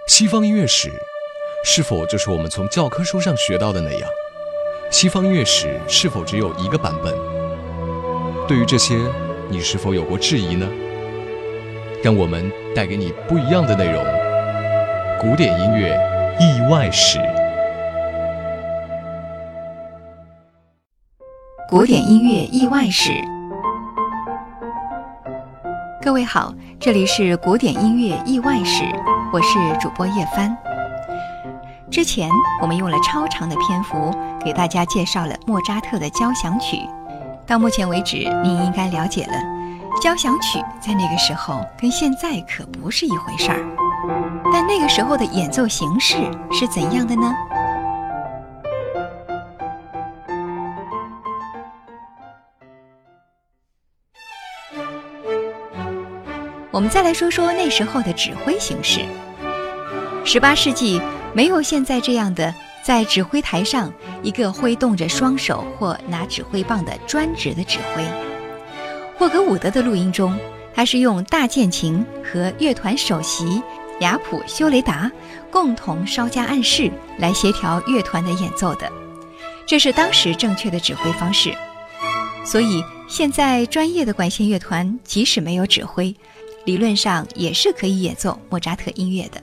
西方音乐史是否就是我们从教科书上学到的那样？西方音乐史是否只有一个版本？对于这些，你是否有过质疑呢？让我们带给你不一样的内容。古典音乐意外史。 古典音乐意外史。各位好，这里是古典音乐意外史，我是主播叶帆。之前我们用了超长的篇幅给大家介绍了莫扎特的交响曲，到目前为止您应该了解了，交响曲在那个时候跟现在可不是一回事儿。但那个时候的演奏形式是怎样的呢？我们再来说说那时候的指挥形式。18世纪没有现在这样的在指挥台上一个挥动着双手或拿指挥棒的专职的指挥。霍格伍德的录音中，他是用大键琴和乐团首席雅普修雷达共同稍加暗示来协调乐团的演奏的，这是当时正确的指挥方式。所以现在专业的管弦乐团即使没有指挥，理论上也是可以演奏莫扎特音乐的。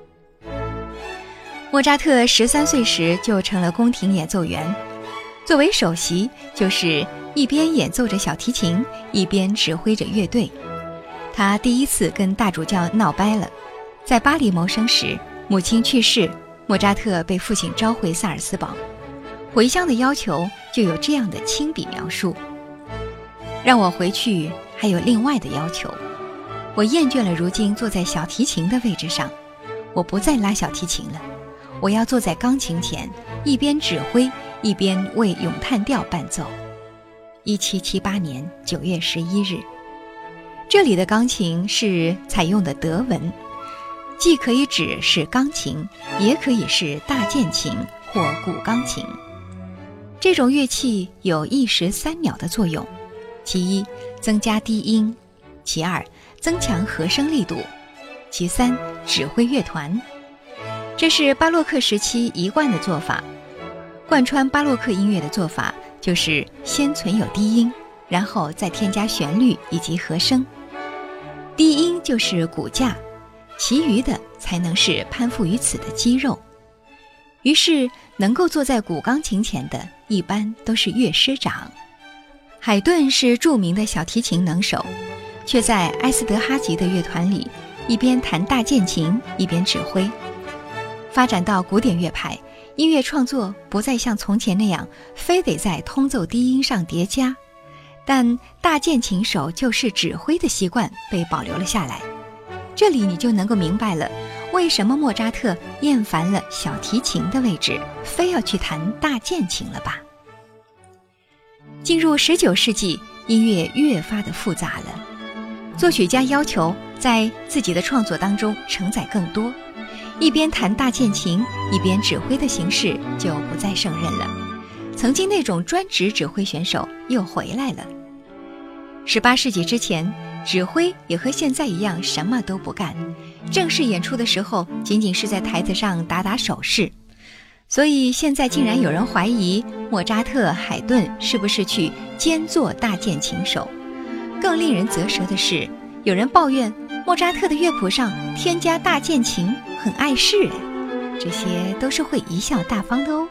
莫扎特13岁时就成了宫廷演奏员，作为首席，就是一边演奏着小提琴，一边指挥着乐队。他第一次跟大主教闹掰了，在巴黎谋生时，母亲去世，莫扎特被父亲召回萨尔斯堡。回乡的要求就有这样的亲笔描述：让我回去还有另外的要求，我厌倦了如今坐在小提琴的位置上，我不再拉小提琴了，我要坐在钢琴前，一边指挥一边为咏叹调伴奏。1778年9月11日。这里的钢琴是采用的德文，既可以指是钢琴，也可以是大键琴或古钢琴。这种乐器有一石三鸟的作用：其一，增加低音；其二，增强和声力度；其三，指挥乐团。这是巴洛克时期一贯的做法。贯穿巴洛克音乐的做法就是先存有低音，然后再添加旋律以及和声。低音就是骨架，其余的才能是攀附于此的肌肉。于是能够坐在古钢琴前的一般都是乐师长。海顿是著名的小提琴能手，却在埃斯德哈吉的乐团里一边弹大键琴一边指挥。发展到古典乐派，音乐创作不再像从前那样非得在通奏低音上叠加，但大键琴手就是指挥的习惯被保留了下来。这里你就能够明白了，为什么莫扎特厌烦了小提琴的位置，非要去弹大键琴了吧？进入19世纪，音乐越发的复杂了，作曲家要求在自己的创作当中承载更多，一边弹大键琴一边指挥的形式就不再胜任了。曾经那种专职指挥选手又回来了。18世纪之前，指挥也和现在一样什么都不干，正式演出的时候仅仅是在台子上打打手势。所以现在竟然有人怀疑莫扎特、海顿是不是去兼做大键琴手。更令人啧舌的是，有人抱怨莫扎特的乐谱上添加大键琴很碍事，这些都是会贻笑大方的哦。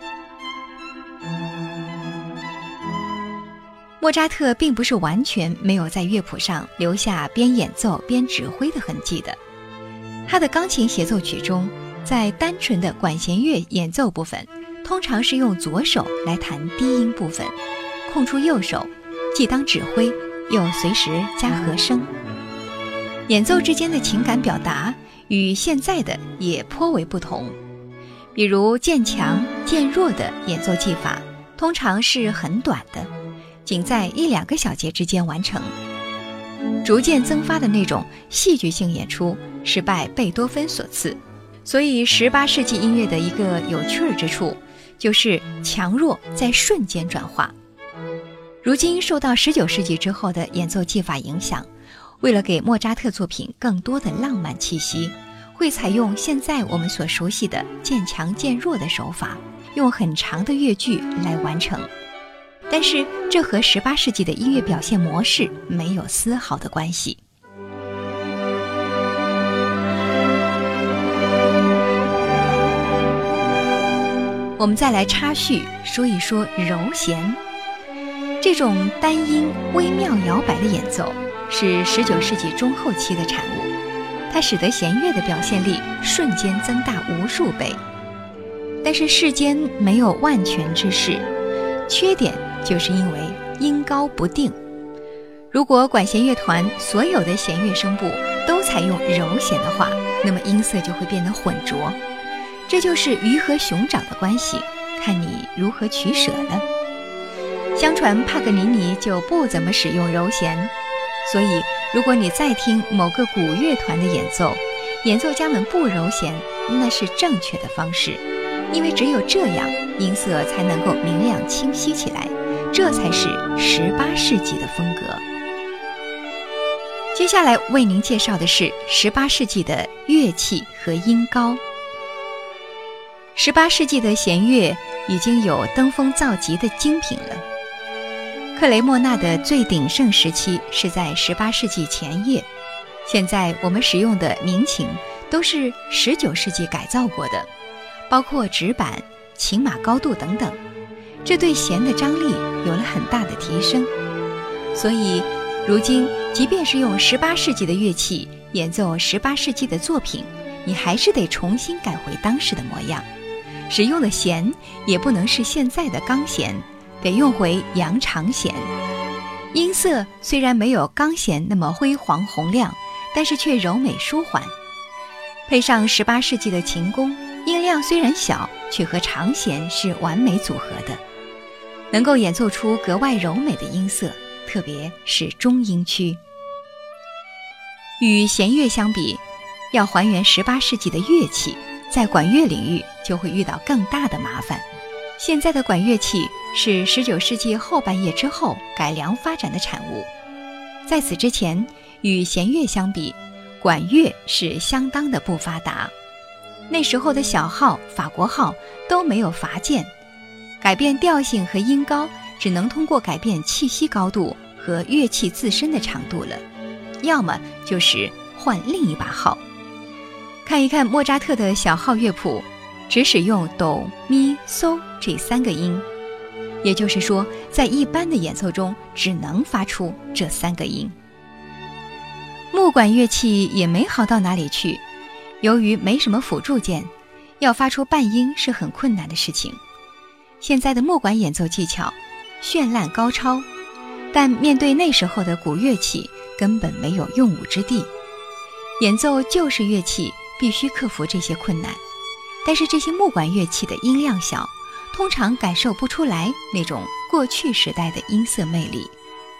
莫扎特并不是完全没有在乐谱上留下边演奏边指挥的痕迹的。他的钢琴协奏曲中，在单纯的管弦乐演奏部分，通常是用左手来弹低音部分，空出右手，既当指挥，又随时加和声。演奏之间的情感表达与现在的也颇为不同。比如渐强渐弱的演奏技法，通常是很短的，仅在1-2个小节之间完成。逐渐增发的那种戏剧性演出是拜贝多芬所赐。所以18世纪音乐的一个有趣之处，就是强弱在瞬间转化。如今受到19世纪之后的演奏技法影响，为了给莫扎特作品更多的浪漫气息， 会采用现在我们所熟悉的渐强渐弱的手法，用很长的乐句来完成。但是这和18世纪的音乐表现模式没有丝毫的关系。我们再来插叙说一说柔弦。这种单音微妙摇摆的演奏是19世纪中后期的产物，它使得弦乐的表现力瞬间增大无数倍。但是世间没有万全之事，缺点就是因为音高不定。如果管弦乐团所有的弦乐声部都采用柔弦的话，那么音色就会变得浑浊。这就是鱼和熊掌的关系，看你如何取舍了。相传帕格尼尼就不怎么使用柔弦，所以如果你再听某个古乐团的演奏，演奏家们不柔弦，那是正确的方式，因为只有这样音色才能够明亮清晰起来，这才是18世纪的风格。接下来为您介绍的是18世纪的乐器和音高。18世纪的弦乐已经有登峰造极的精品了。克雷莫纳的最鼎盛时期是在18世纪前叶，现在我们使用的民琴都是19世纪改造过的，包括指板、琴码高度等等，这对弦的张力有了很大的提升。所以如今即便是用18世纪的乐器演奏18世纪的作品，你还是得重新改回当时的模样，使用的弦也不能是现在的钢弦，得用回扬长弦。音色虽然没有钢弦那么辉煌洪亮，但是却柔美舒缓。配上18世纪的琴弓，音量虽然小，却和长弦是完美组合的，能够演奏出格外柔美的音色，特别是中音区。与弦乐相比，要还原18世纪的乐器，在管乐领域就会遇到更大的麻烦。现在的管乐器是19世纪后半叶之后改良发展的产物。在此之前，与弦乐相比，管乐是相当的不发达。那时候的小号、法国号都没有阀键，改变调性和音高只能通过改变气息高度和乐器自身的长度了，要么就是换另一把号。看一看莫扎特的小号乐谱，只使用哆、咪、嗦这3个音，也就是说，在一般的演奏中只能发出这3个音。木管乐器也没好到哪里去，由于没什么辅助键，要发出半音是很困难的事情。现在的木管演奏技巧绚烂高超，但面对那时候的古乐器根本没有用武之地。演奏旧式乐器必须克服这些困难，但是这些木管乐器的音量小，通常感受不出来那种过去时代的音色魅力。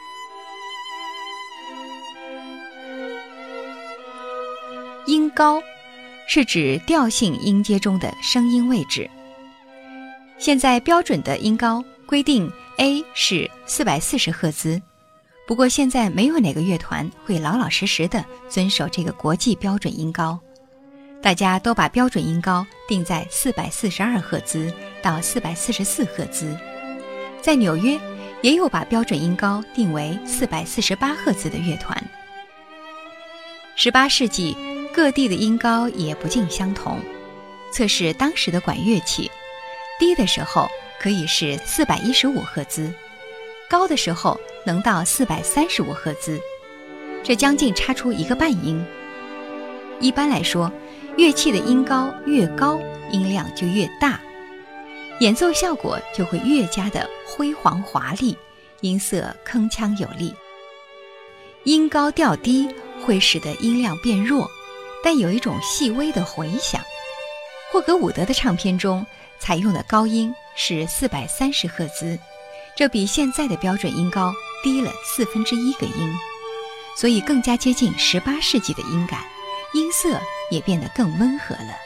音高是指调性音阶中的声音位置。现在标准的音高规定 A 是440赫兹，不过现在没有哪个乐团会老老实实地遵守这个国际标准音高，大家都把标准音高定在442赫兹到444赫兹。在纽约也有把标准音高定为448赫兹的乐团。18世纪各地的音高也不尽相同。测试当时的管乐器，低的时候可以是415赫兹，高的时候能到435赫兹，这将近差出1个半音。一般来说，乐器的音高越高，音量就越大，演奏效果就会越加的辉煌华丽，音色铿锵有力。音高调低会使得音量变弱，但有一种细微的回响。霍格伍德的唱片中采用的高音是430赫兹，这比现在的标准音高低了1/4个音，所以更加接近18世纪的音感，音色也变得更温和了。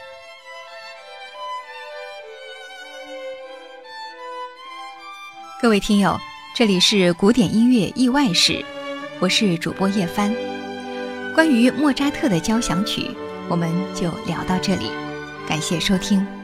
各位听友，这里是古典音乐意外史，我是主播叶帆。关于莫扎特的交响曲， 我们就聊到这里，感谢收听。